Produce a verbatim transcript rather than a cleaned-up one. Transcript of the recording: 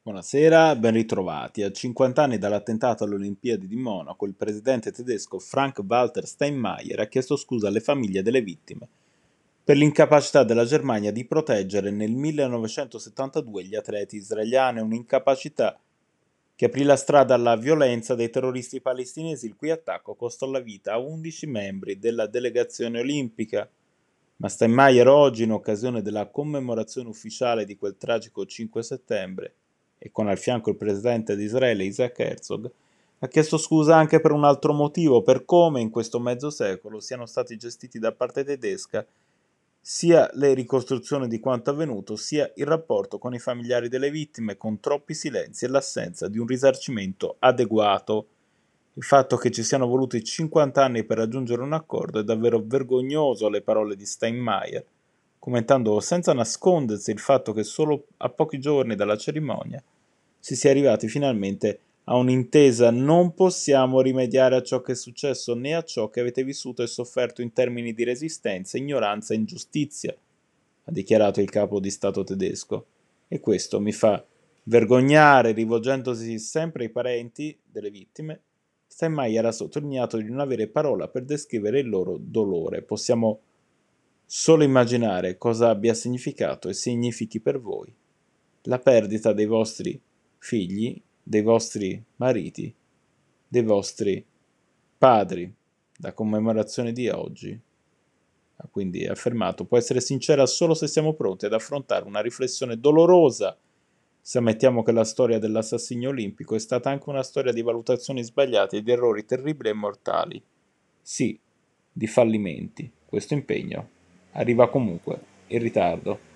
Buonasera, ben ritrovati. A cinquanta anni dall'attentato alle Olimpiadi di Monaco, il presidente tedesco Frank-Walter Steinmeier ha chiesto scusa alle famiglie delle vittime per l'incapacità della Germania di proteggere nel millenovecentosettantadue gli atleti israeliani, un'incapacità che aprì la strada alla violenza dei terroristi palestinesi, il cui attacco costò la vita a undici membri della delegazione olimpica. Ma Steinmeier oggi, in occasione della commemorazione ufficiale di quel tragico cinque settembre, e con al fianco il presidente di Israele Isaac Herzog, ha chiesto scusa anche per un altro motivo, per come in questo mezzo secolo siano stati gestiti da parte tedesca sia le ricostruzioni di quanto avvenuto, sia il rapporto con i familiari delle vittime, con troppi silenzi e l'assenza di un risarcimento adeguato. Il fatto che ci siano voluti cinquanta anni per raggiungere un accordo è davvero vergognoso, le parole di Steinmeier, commentando senza nascondersi il fatto che solo a pochi giorni dalla cerimonia si sia arrivati finalmente a un'intesa. Non possiamo rimediare a ciò che è successo né a ciò che avete vissuto e sofferto in termini di resistenza, ignoranza e ingiustizia, ha dichiarato il capo di Stato tedesco. E questo mi fa vergognare. Rivolgendosi sempre ai parenti delle vittime, Steinmeier ha sottolineato di non avere parola per descrivere il loro dolore. Possiamo solo immaginare cosa abbia significato e significhi per voi la perdita dei vostri figli, dei vostri mariti, dei vostri padri. La commemorazione di oggi, ha quindi affermato, può essere sincera solo se siamo pronti ad affrontare una riflessione dolorosa, se ammettiamo che la storia dell'assassinio olimpico è stata anche una storia di valutazioni sbagliate, di errori terribili e mortali. Sì, di fallimenti. Questo impegno arriva comunque in ritardo.